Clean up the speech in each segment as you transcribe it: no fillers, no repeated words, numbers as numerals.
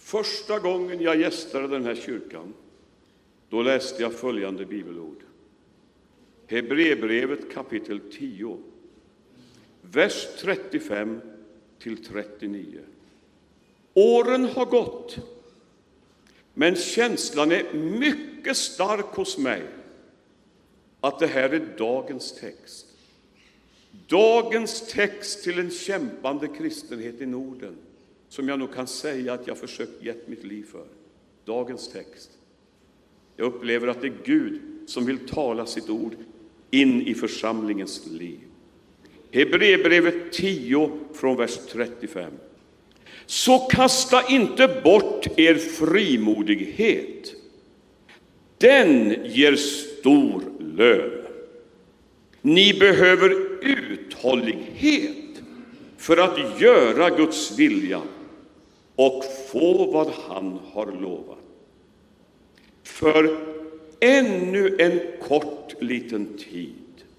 Första gången jag gästade den här kyrkan, då läste jag följande bibelord. Hebreerbrevet kapitel 10, vers 35 till 39. Åren har gått, men känslan är mycket stark hos mig att det här är dagens text. Dagens text till en kämpande kristenhet i Norden, som jag nog kan säga att jag försökt gett mitt liv för. Dagens text. Jag upplever att det är Gud som vill tala sitt ord in i församlingens liv. Hebreerbrevet 10 från vers 35. Så kasta inte bort er frimodighet. Den ger stor lön. Ni behöver uthållighet för att göra Guds vilja och få vad han har lovat. För ännu en kort liten tid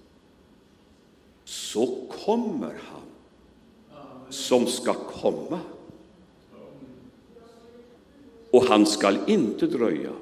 så kommer han som ska komma. Och han skall inte dröja.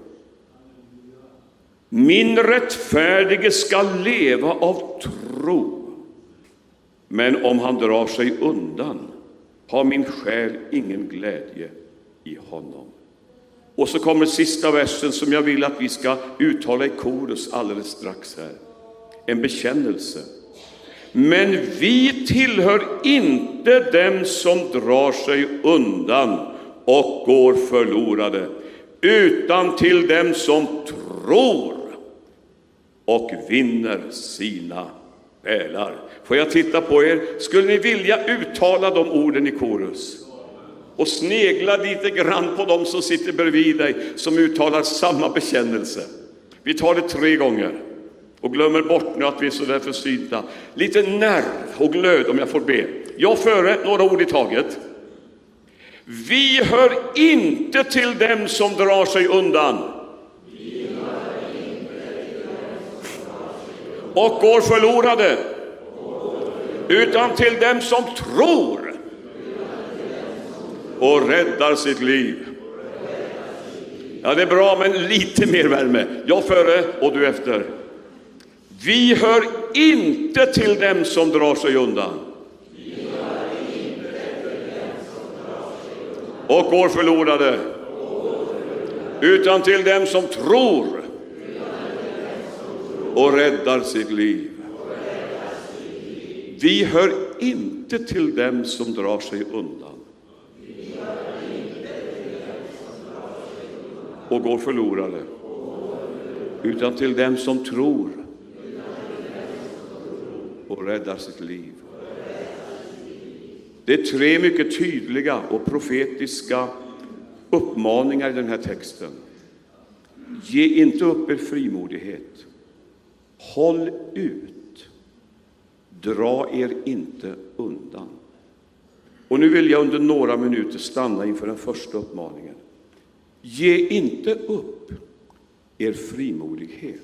Min rättfärdige skall leva av tro. Men om han drar sig undan har min själ ingen glädje i honom. Och så kommer sista versen som jag vill att vi ska uttala i korus alldeles strax här. En bekännelse. Men vi tillhör inte dem som drar sig undan och går förlorade, utan till dem som tror och vinner sina själar. Får jag titta på er? Skulle ni vilja uttala de orden i korus? Och snegla lite grann på dem som sitter bredvid dig, som uttalar samma bekännelse. Vi tar det 3 gånger. Och glömmer bort nu att vi är så där försynta. Lite nerv och glöd om jag får be. Jag före några ord i taget. Vi hör inte till dem som drar sig undan och går förlorade, utan till dem som tror och räddar sitt liv. Ja, det är bra, men lite mer värme. Jag före och du efter. Vi hör inte till dem som drar sig undan och går förlorade, utan till dem som tror och räddar sitt liv. Vi hör inte till dem som drar sig undan och går förlorade, utan till dem som tror och räddar sitt liv. Det är 3 mycket tydliga och profetiska uppmaningar i den här texten. Ge inte upp er frimodighet. Håll ut. Dra er inte undan. Och nu vill jag under några minuter stanna inför den första uppmaningen. Ge inte upp er frimodighet.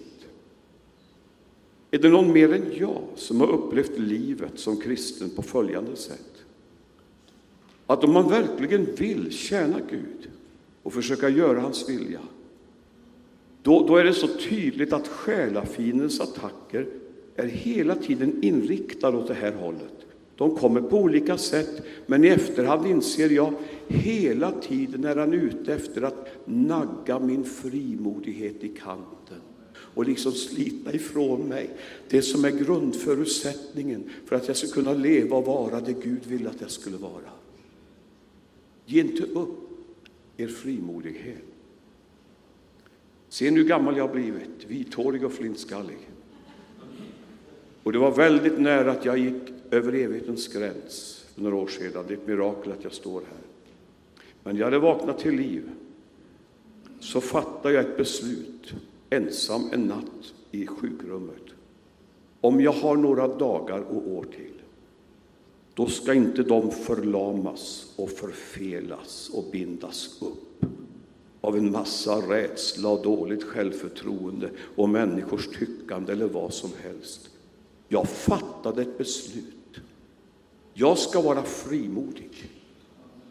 Är det någon mer än jag som har upplevt livet som kristen på följande sätt? Att om man verkligen vill tjäna Gud och försöka göra hans vilja, då är det så tydligt att själafiendens attacker är hela tiden inriktade åt det här hållet. De kommer på olika sätt, men i efterhand inser jag hela tiden är han ute efter att nagga min frimodighet i kanten och liksom slita ifrån mig det som är grundförutsättningen för att jag ska kunna leva och vara det Gud vill att jag skulle vara. Ge inte upp er frimodighet. Se nu hur gammal jag har blivit, vithårig och flintskallig. Och det var väldigt nära att jag gick över evighetens gräns för några år sedan. Det är ett mirakel att jag står här. Men jag hade vaknat till liv. Så fattade jag ett beslut, ensam en natt i sjukrummet. Om jag har några dagar och år till, då ska inte de förlamas och förfelas och bindas upp av en massa rädsla och dåligt självförtroende och människors tyckande eller vad som helst. Jag fattade ett beslut. Jag ska vara frimodig.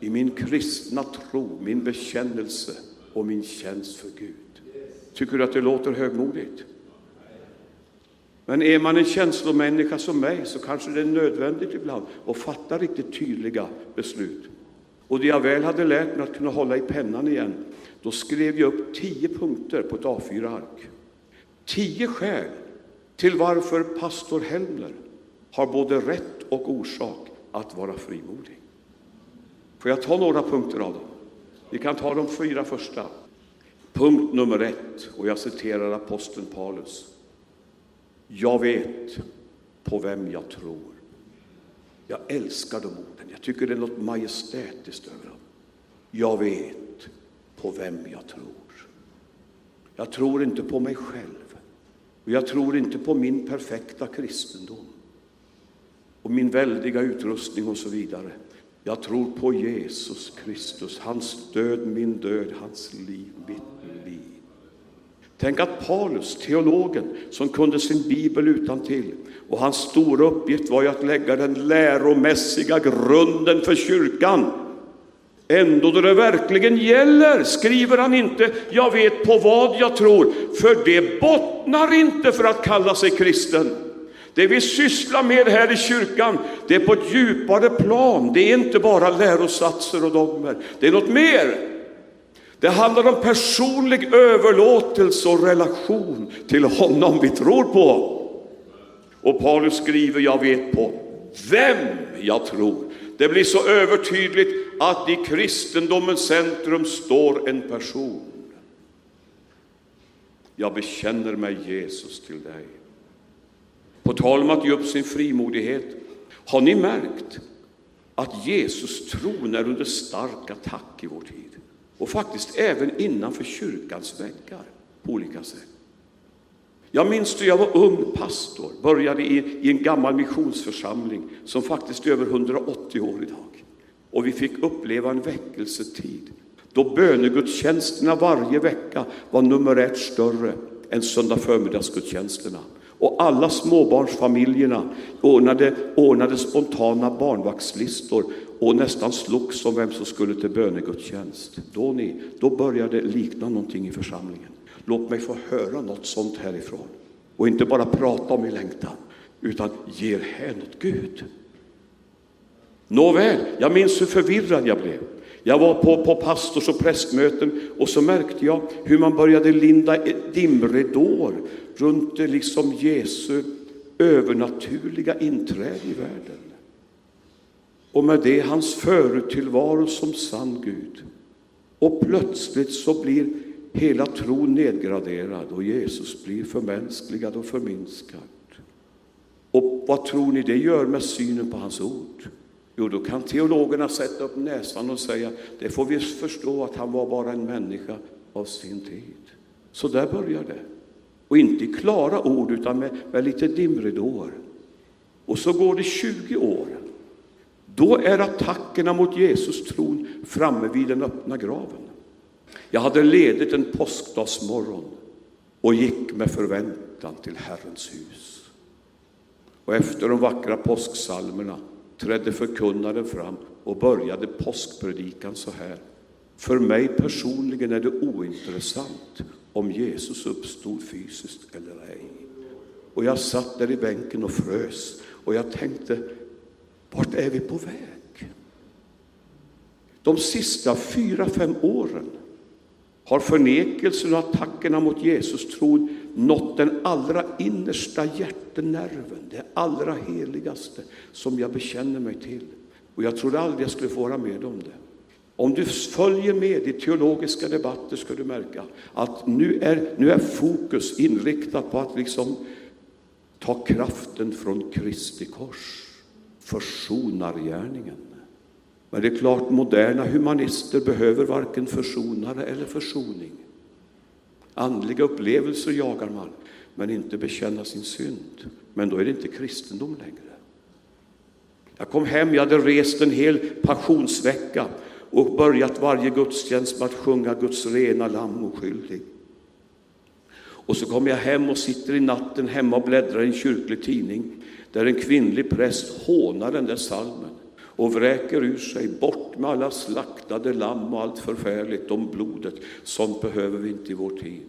i min kristna tro, min bekännelse och min tjänst för Gud. Tycker du att det låter högmodigt? Men är man en känslomänniska som mig så kanske det är nödvändigt ibland att fatta riktigt tydliga beslut. Och det jag väl hade lärt mig att kunna hålla i pennan igen, då skrev jag upp 10 punkter på ett A4-ark. 10 skäl till varför pastor Helmner har både rätt och orsak att vara frimodig. Får jag ta några punkter av dem? Vi kan ta de 4 första. Punkt nummer 1, och jag citerar aposteln Paulus. Jag vet på vem jag tror. Jag älskar de orden. Jag tycker det är något majestätiskt över dem. Jag vet på vem jag tror. Jag tror inte på mig själv. Och jag tror inte på min perfekta kristendom. Och min väldiga utrustning och så vidare. Jag tror på Jesus Kristus. Hans död, min död. Hans liv, mitt liv. Tänk att Paulus, teologen, som kunde sin bibel utantill, och hans stora uppgift var ju att lägga den läromässiga grunden för kyrkan. Ändå då det verkligen gäller skriver han inte, jag vet på vad jag tror, för det bottnar inte för att kalla sig kristen. Det vi sysslar med här i kyrkan, det är på ett djupare plan. Det är inte bara lärosatser och dogmer, det är något mer. Det handlar om personlig överlåtelse och relation till honom vi tror på. Och Paulus skriver, jag vet på vem jag tror. Det blir så övertydligt att i kristendomens centrum står en person. Jag bekänner mig Jesus till dig. På tal om att ge upp sin frimodighet, har ni märkt att Jesus tron är under stark attack i vår tid? Och faktiskt även innanför kyrkans väggar på olika sätt. Jag minns då jag var ung pastor, började i en gammal missionsförsamling som faktiskt är över 180 år idag. Och vi fick uppleva en väckelsetid då bönegudstjänsterna varje vecka var nummer 1 större än söndag förmiddagsgudstjänsterna. Och alla småbarnsfamiljerna ordnade spontana barnvaktslistor och nästan slogs om vem som skulle till bönegudstjänst. Då började det likna någonting i församlingen. Låt mig få höra något sånt härifrån. Och inte bara prata om i längtan, utan ger hän åt Gud. Nåväl, jag minns hur förvirrad jag blev. Jag var på pastors- och prästmöten och så märkte jag hur man började linda dimridåer runt liksom Jesu övernaturliga inträde i världen. Och med det hans förutillvaro som sann Gud. Och plötsligt så blir hela tron nedgraderad och Jesus blir förmänskligad och förminskad. Och vad tror ni det gör med synen på hans ord? Jo, då kan teologerna sätta upp näsan och säga, det får vi förstå att han var bara en människa av sin tid. Så där börjar det. Och inte i klara ord utan med lite dimridåer. Och så går det 20 år. Då är attackerna mot Jesus tron framme vid den öppna graven. Jag hade ledigt en påskdagsmorgon och gick med förväntan till Herrens hus. Och efter de vackra påsksalmerna trädde förkunnaren fram och började påskpredikan så här. För mig personligen är det ointressant om Jesus uppstod fysiskt eller ej. Och jag satt där i bänken och frös. Och jag tänkte, vart är vi på väg? De sista 4-5 åren har förnekelsen och attackerna mot Jesus tron nått den allra innersta hjärtenerven, det allra heligaste som jag bekänner mig till. Och jag trodde aldrig jag skulle få vara med om det. Om du följer med i teologiska debatter ska du märka att nu är fokus inriktat på att liksom ta kraften från Kristi kors, försonargärningen. Men det är klart, moderna humanister behöver varken försonare eller försoning. Andliga upplevelser jagar man, men inte bekänna sin synd. Men då är det inte kristendom längre. Jag kom hem, jag hade rest en hel passionsvecka och börjat varje gudstjänst med att sjunga Guds rena lamm oskyldig. Och så kom jag hem och sitter i natten hemma och bläddrar i en kyrklig tidning där en kvinnlig präst hånar den där salmen. och vräker ur sig, bort med alla slaktade lamm och allt förfärligt om blodet. Sånt behöver vi inte i vår tid.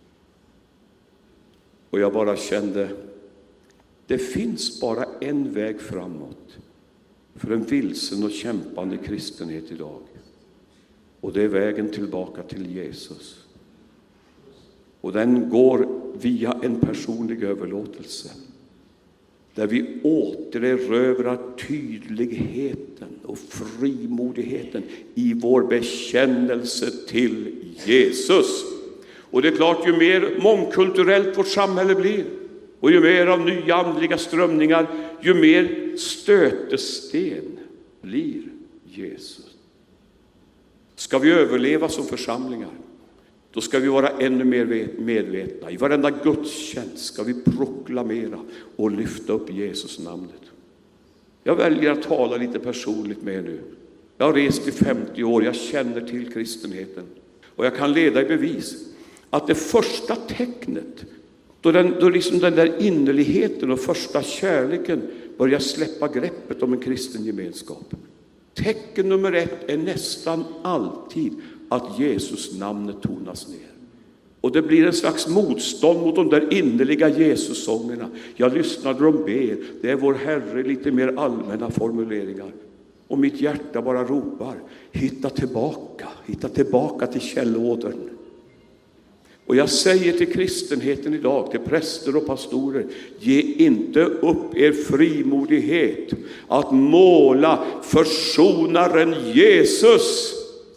Och jag bara kände, det finns bara en väg framåt för en vilsen och kämpande kristenhet idag. Och det är vägen tillbaka till Jesus. Och den går via en personlig överlåtelse, där vi återerövrar tydligheten och frimodigheten i vår bekännelse till Jesus. Och det är klart, ju mer mångkulturellt vårt samhälle blir och ju mer av nya andliga strömningar, ju mer stötesten blir Jesus. Ska vi överleva som församlingar, då ska vi vara ännu mer medvetna. I varenda gudstjänst ska vi proklamera och lyfta upp Jesus namnet. Jag väljer att tala lite personligt med er nu. Jag har rest i 50 år, jag känner till kristenheten. Och jag kan leda i bevis att det första tecknet, då liksom den där innerligheten och första kärleken börjar släppa greppet om en kristen gemenskap. Tecken nummer 1 är nästan alltid att Jesus namnet tonas ner. Och det blir en slags motstånd mot de där innerliga Jesus-sångerna. Jag lyssnar när de ber. Det är vår Herre, lite mer allmänna formuleringar. Och mitt hjärta bara ropar, hitta tillbaka till källådern. Och jag säger till kristenheten idag, till präster och pastorer, ge inte upp er frimodighet att måla försonaren Jesus.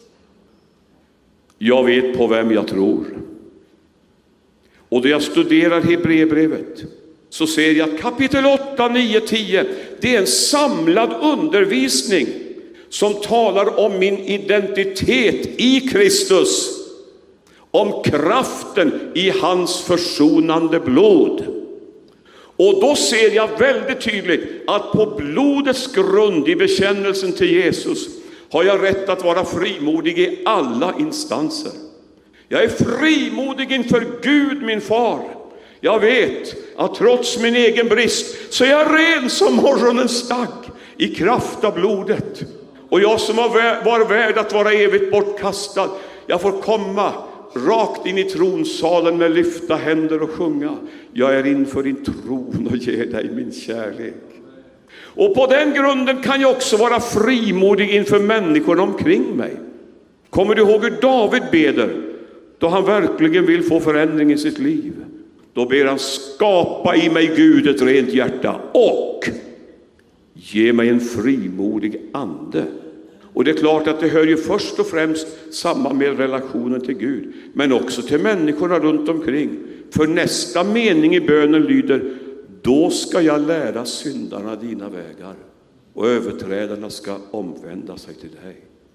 Jag vet på vem jag tror. Och då jag studerar Hebreerbrevet så ser jag att kapitel 8, 9, 10, det är en samlad undervisning som talar om min identitet i Kristus, om kraften i hans försonande blod. Och då ser jag väldigt tydligt att på blodets grund i bekännelsen till Jesus har jag rätt att vara frimodig i alla instanser. Jag är frimodig inför Gud, min far. Jag vet att trots min egen brist så är jag ren som morgonens dag i kraft av blodet. Och jag som var värd att vara evigt bortkastad, jag får komma rakt in i tronsalen med lyfta händer och sjunga. Jag är inför din tron och ger dig min kärlek. Och på den grunden kan jag också vara frimodig inför människorna omkring mig. Kommer du ihåg hur David beder då han verkligen vill få förändring i sitt liv? Då ber han, skapa i mig Gud ett rent hjärta och ge mig en frimodig ande. Och det är klart att det hör ju först och främst samman med relationen till Gud, men också till människorna runt omkring. För nästa mening i bönen lyder, då ska jag lära syndarna dina vägar och överträdarna ska omvända sig till dig.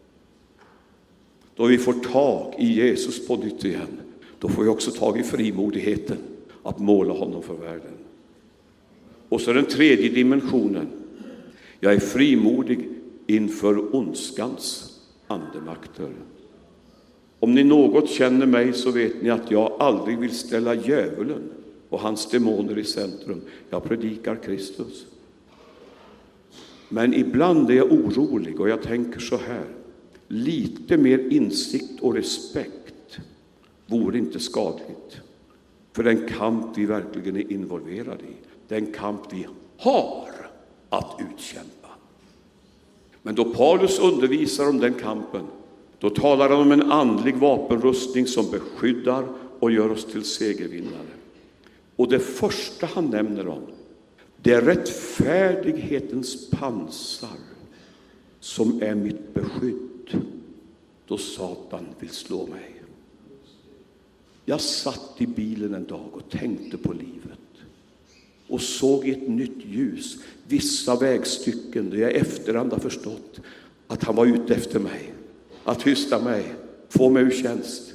Då vi får tag i Jesus på nytt igen, då får vi också tag i frimodigheten att måla honom för världen. Och så den tredje dimensionen. Jag är frimodig inför ondskans andemakter. Om ni något känner mig så vet ni att jag aldrig vill ställa djävulen och hans demoner i centrum. Jag predikar Kristus. Men ibland är jag orolig och jag tänker så här. Lite mer insikt och respekt vore inte skadligt för den kamp vi verkligen är involverade i. Den kamp vi har att utkämpa. Men då Paulus undervisar om den kampen, då talar han om en andlig vapenrustning som beskyddar och gör oss till segervinnare. Och det första han nämner om, det är rättfärdighetens pansar som är mitt beskydd då Satan vill slå mig. Jag satt i bilen en dag och tänkte på livet och såg i ett nytt ljus vissa vägstycken där jag i efterhand har förstått att han var ute efter mig, att hysta mig, få mig ur tjänst.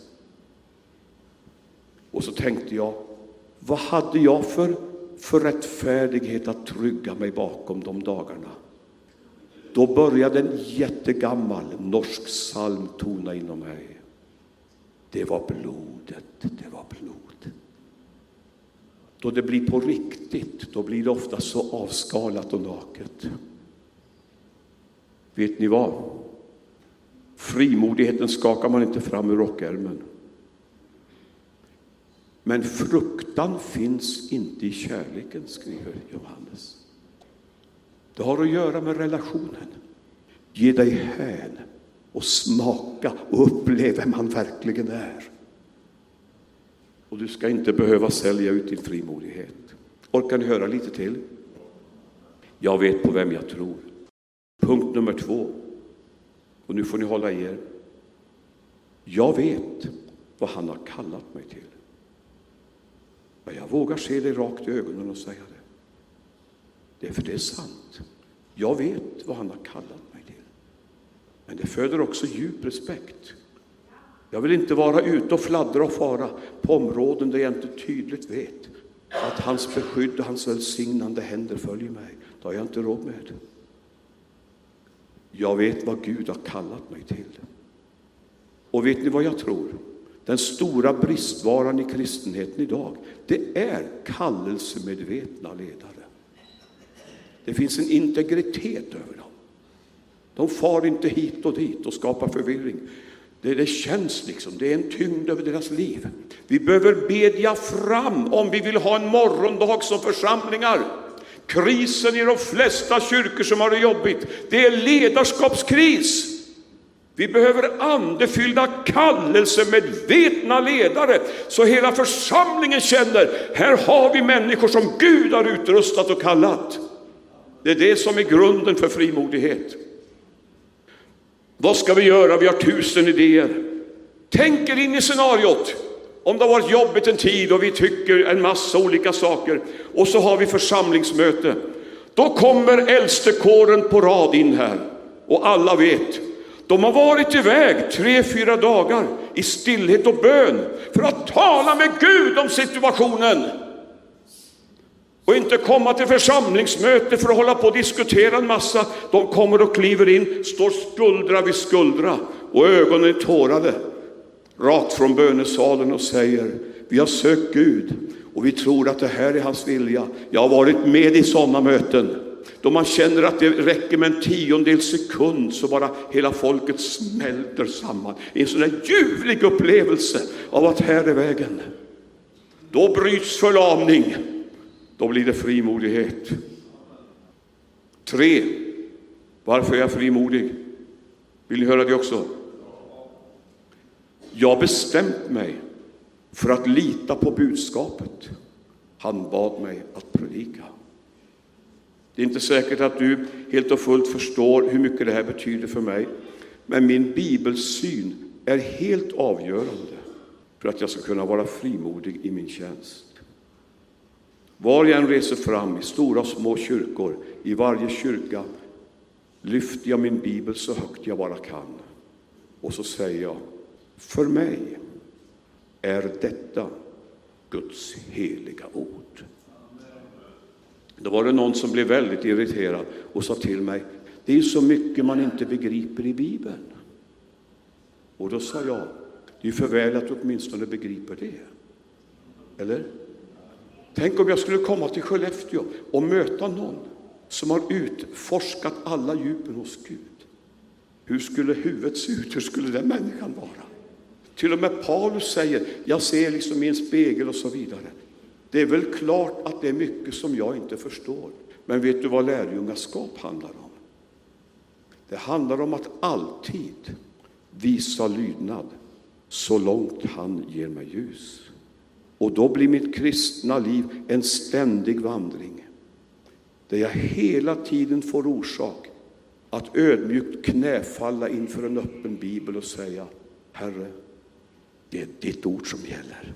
Och så tänkte jag, vad hade jag för rättfärdighet att trygga mig bakom de dagarna? Då började en jättegammal norsk psalm tona inom mig. Det var blodet, det var blod. Då det blir på riktigt, då blir det ofta så avskalat och naket. Vet ni vad? Frimodigheten skakar man inte fram ur rockärmen. Men fruktan finns inte i kärleken, skriver Johannes. Det har att göra med relationen. Ge dig hän och smaka och uppleva vem man verkligen är. Och du ska inte behöva sälja ut din frimodighet. Orkar ni höra lite till? Jag vet på vem jag tror. Punkt nummer 2. Och nu får ni hålla er. Jag vet vad han har kallat mig till. Men jag vågar se det rakt i ögonen och säga det. Det är för det är sant. Jag vet vad han har kallat mig till. Men det föder också djup respekt. Jag vill inte vara ute och fladdra och fara på områden där jag inte tydligt vet att hans beskydd och hans välsignande händer följer mig. Det har jag inte råd med. Jag vet vad Gud har kallat mig till. Och vet ni vad jag tror? Den stora bristvaran i kristenheten idag, det är kallelsemedvetna ledare. Det finns en integritet över dem. De far inte hit och dit och skapar förvirring. Det känns liksom, det är en tyngd över deras liv. Vi behöver bedja fram om vi vill ha en morgondag som församlingar. Krisen i de flesta kyrkor som har det jobbigt, det är ledarskapskris. Vi behöver andefyllda kallelsemedvetna ledare, så hela församlingen känner, här har vi människor som Gud har utrustat och kallat. Det är det som är grunden för frimodighet. Vad ska vi göra? Vi har 1000 idéer. Tänk er in i scenariot. Om det har varit jobbigt en tid och vi tycker en massa olika saker, och så har vi församlingsmöte. Då kommer äldstekåren på rad in här. Och alla vet, de har varit iväg 3-4 dagar i stillhet och bön för att tala med Gud om situationen. Och inte komma till församlingsmöte för att hålla på och diskutera en massa. De kommer och kliver in, står skuldra vid skuldra och ögonen är tårade. Rakt från bönesalen och säger, vi har sökt Gud och vi tror att det här är hans vilja. Jag har varit med i sådana möten då man känner att det räcker med en 10:e sekund så bara hela folket smälter samman. En sån där ljuvlig upplevelse av att här är vägen. Då bryts förlamning. Då blir det frimodighet. 3. Varför är jag frimodig? Vill ni höra det också? Jag har bestämt mig för att lita på budskapet han bad mig att predika. Det är inte säkert att du helt och fullt förstår hur mycket det här betyder för mig. Men min bibelsyn är helt avgörande för att jag ska kunna vara frimodig i min tjänst. Var jag än reser fram i stora och små kyrkor, i varje kyrka, lyfter jag min bibel så högt jag bara kan. Och så säger jag, för mig är detta Guds heliga ord. Då var det någon som blev väldigt irriterad och sa till mig, det är så mycket man inte begriper i Bibeln. Och då sa jag, det är för väl att du åtminstone begriper det. Eller? Tänk om jag skulle komma till Skellefteå och möta någon som har utforskat alla djupen hos Gud. Hur skulle huvudet se ut? Hur skulle den människan vara? Till och med Paulus säger, jag ser liksom i en spegel och så vidare. Det är väl klart att det är mycket som jag inte förstår. Men vet du vad lärjungaskap handlar om? Det handlar om att alltid visa lydnad så långt han ger mig ljus. Och då blir mitt kristna liv en ständig vandring. Där jag hela tiden får orsak att ödmjukt knäfalla inför en öppen bibel och säga, Herre, det är ditt ord som gäller.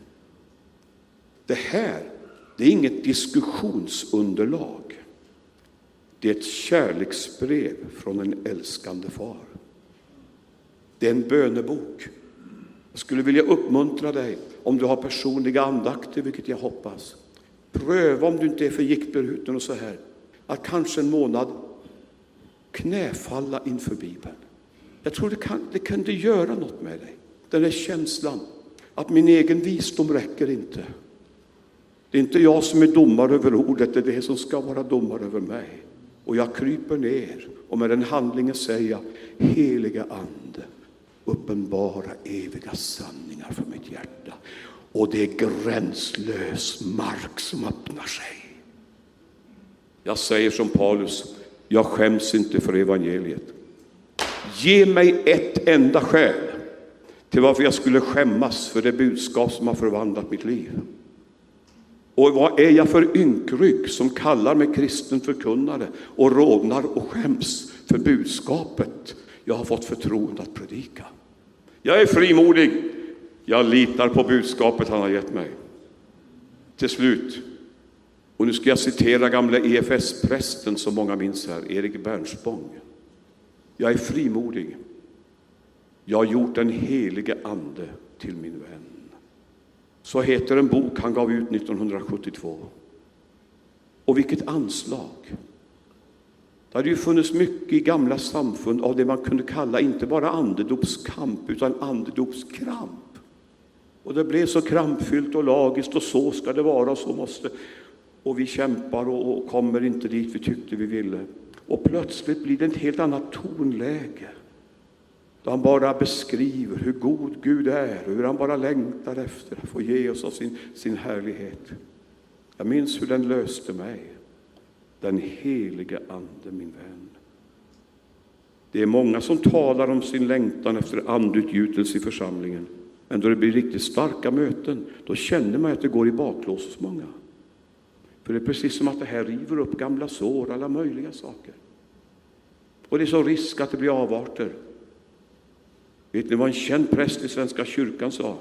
Det här, det är inget diskussionsunderlag. Det är ett kärleksbrev från en älskande far. Det är en bönebok. Jag skulle vilja uppmuntra dig, om du har personliga andakter, vilket jag hoppas. Pröva om du inte är för giktbruten och så här. Att kanske en månad knäfalla inför Bibeln. Jag tror det kan göra något med dig. Den där känslan att min egen visdom räcker inte. Det är inte jag som är domare över ordet, det är det som ska vara domare över mig. Och jag kryper ner och med den handlingen säger jag: heliga ande, uppenbara eviga sanningar för mitt hjärta. Och det är gränslös mark som öppnar sig. Jag säger som Paulus: jag skäms inte för evangeliet. Ge mig ett enda skäl till varför jag skulle skämmas för det budskap som har förvandlat mitt liv. Och vad är jag för ynkrygg som kallar mig kristen förkunnare och rodnar och skäms för budskapet jag har fått förtroende att predika? Jag är frimodig. Jag litar på budskapet han har gett mig. Till slut, och nu ska jag citera gamla EFS-prästen som många minns här, Erik Bernspång. Jag är frimodig. Jag har gjort den helige ande till min vän. Så heter en bok han gav ut 1972. Och vilket anslag! Det hade ju funnits mycket i gamla samfund av det man kunde kalla inte bara andedopskamp utan andedopskramp. Och det blev så krampfyllt och lagiskt, och så ska det vara och så måste. Och vi kämpar och kommer inte dit vi tyckte vi ville. Och plötsligt blir det ett helt annat tonläge. Då han bara beskriver hur god Gud är och hur han bara längtar efter att få ge oss av sin härlighet. Jag minns hur den löste mig. Den helige ande, min vän. Det är många som talar om sin längtan efter andutgjutelse i församlingen. Men då det blir riktigt starka möten, då känner man att det går i baklås hos många. För det är precis som att det här river upp gamla sår, alla möjliga saker. Och det är så risk att det blir avarter. Vet ni vad en känd präst i Svenska kyrkan sa?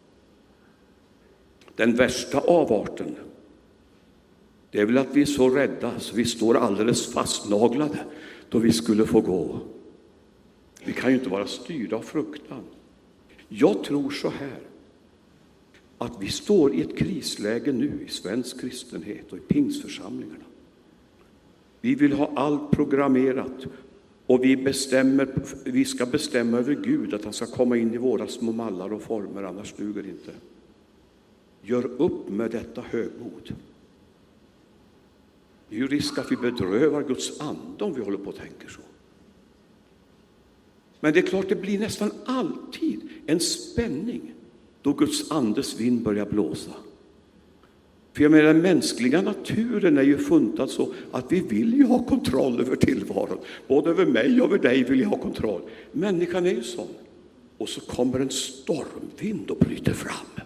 Den värsta avarten, det är väl att vi är så rädda så vi står alldeles fastnaglade då vi skulle få gå. Vi kan ju inte vara styrda av fruktan. Jag tror så här, att vi står i ett krisläge nu i svensk kristenhet och i pingsförsamlingarna. Vi vill ha allt programmerat. Och vi ska bestämma över Gud att han ska komma in i våra små mallar och former, annars duger det inte. Gör upp med detta högmod. Det är ju risk att vi bedrövar Guds ande om vi håller på och tänker så. Men det är klart, det blir nästan alltid en spänning då Guds andes vind börjar blåsa. För jag menar, den mänskliga naturen är ju funtad så att vi vill ju ha kontroll över tillvaron. Både över mig och över dig vill jag ha kontroll. Människan är ju sån. Och så kommer en stormvind och bryter fram.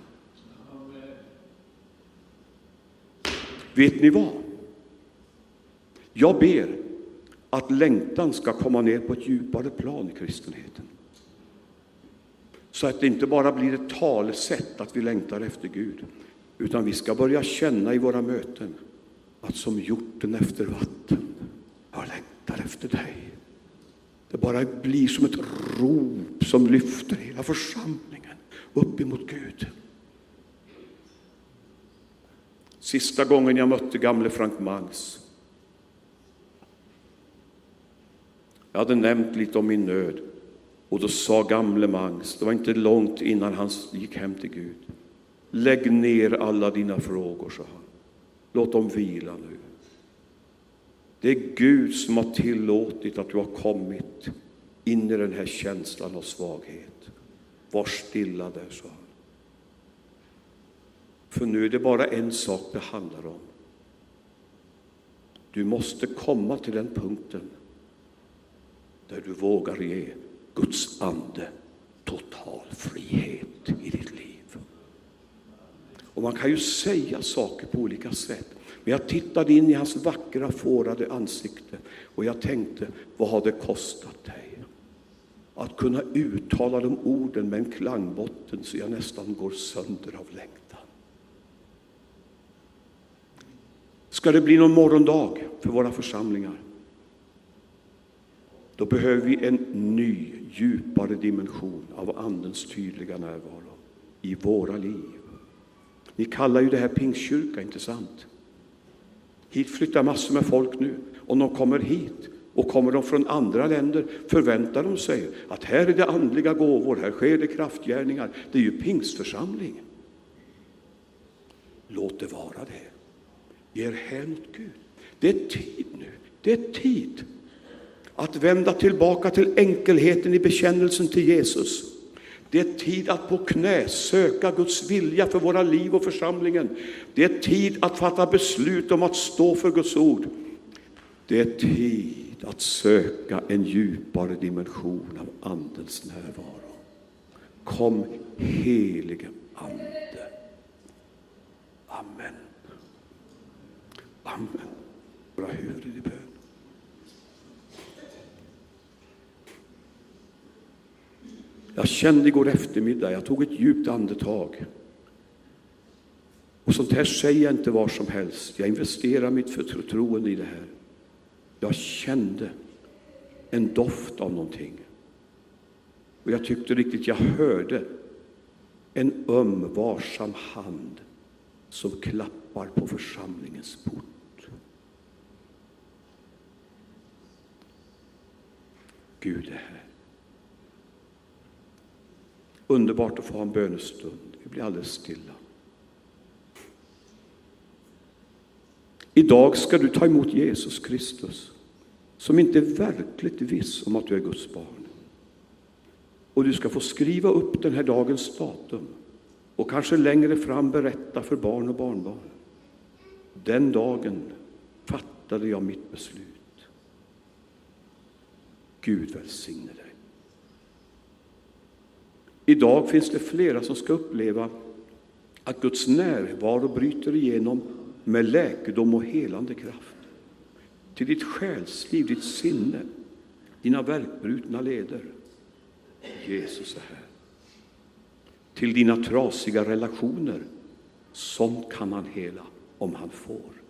Vet ni vad? Jag ber att längtan ska komma ner på ett djupare plan i kristenheten. Så att det inte bara blir ett talesätt att vi längtar efter Gud. Utan vi ska börja känna i våra möten att som hjorten efter vatten, jag längtar efter dig. Det bara blir som ett rop som lyfter hela församlingen upp emot Gud. Sista gången jag mötte gamle Frank Mangs, jag hade nämnt lite om min nöd, och då sa gamle Mangs, det var inte långt innan han gick hem till Gud: lägg ner alla dina frågor, sa han. Låt dem vila nu. Det är Gud som har tillåtit att du har kommit in i den här känslan av svaghet. Var stilla där, sa han. För nu är det bara en sak det handlar om. Du måste komma till den punkten där du vågar ge Guds ande total frihet i ditt liv. Och man kan ju säga saker på olika sätt. Men jag tittade in i hans vackra fårade ansikte och jag tänkte, vad har det kostat dig? Att kunna uttala de orden med en klangbotten så jag nästan går sönder av längtan. Ska det bli någon morgondag för våra församlingar? Då behöver vi en ny, djupare dimension av andens tydliga närvaro i våra liv. Ni kallar ju det här pingstkyrka, inte sant? Hit flyttar massor med folk nu. Om de kommer hit och kommer de från andra länder förväntar de sig att här är det andliga gåvor, här sker det kraftgärningar. Det är ju pingstförsamling. Låt det vara det. Ge er hän åt Gud. Det är tid nu. Det är tid att vända tillbaka till enkelheten i bekännelsen till Jesus. Det är tid att på knä söka Guds vilja för våra liv och församlingen. Det är tid att fatta beslut om att stå för Guds ord. Det är tid att söka en djupare dimension av Andens närvaro. Kom, helige Ande. Amen. Amen. Våra huvuden i bön. Jag kände igår eftermiddag, jag tog ett djupt andetag. Och sånt här säger jag inte var som helst. Jag investerar mitt förtroende i det här. Jag kände en doft av någonting. Och jag tyckte riktigt jag hörde en varsam hand som klappar på församlingens port. Gud är här. Underbart att få ha en bönestund. Vi blir alldeles stilla. Idag ska du ta emot Jesus Kristus, som inte är verkligt viss om att du är Guds barn. Och du ska få skriva upp den här dagens datum och kanske längre fram berätta för barn och barnbarn. Den dagen fattade jag mitt beslut. Gud välsigne dig. Idag finns det flera som ska uppleva att Guds närvaro bryter igenom med läkedom och helande kraft. Till ditt själsliv, ditt sinne, dina värkbrutna leder. Jesus är här. Till dina trasiga relationer. Sånt kan han hela om han får.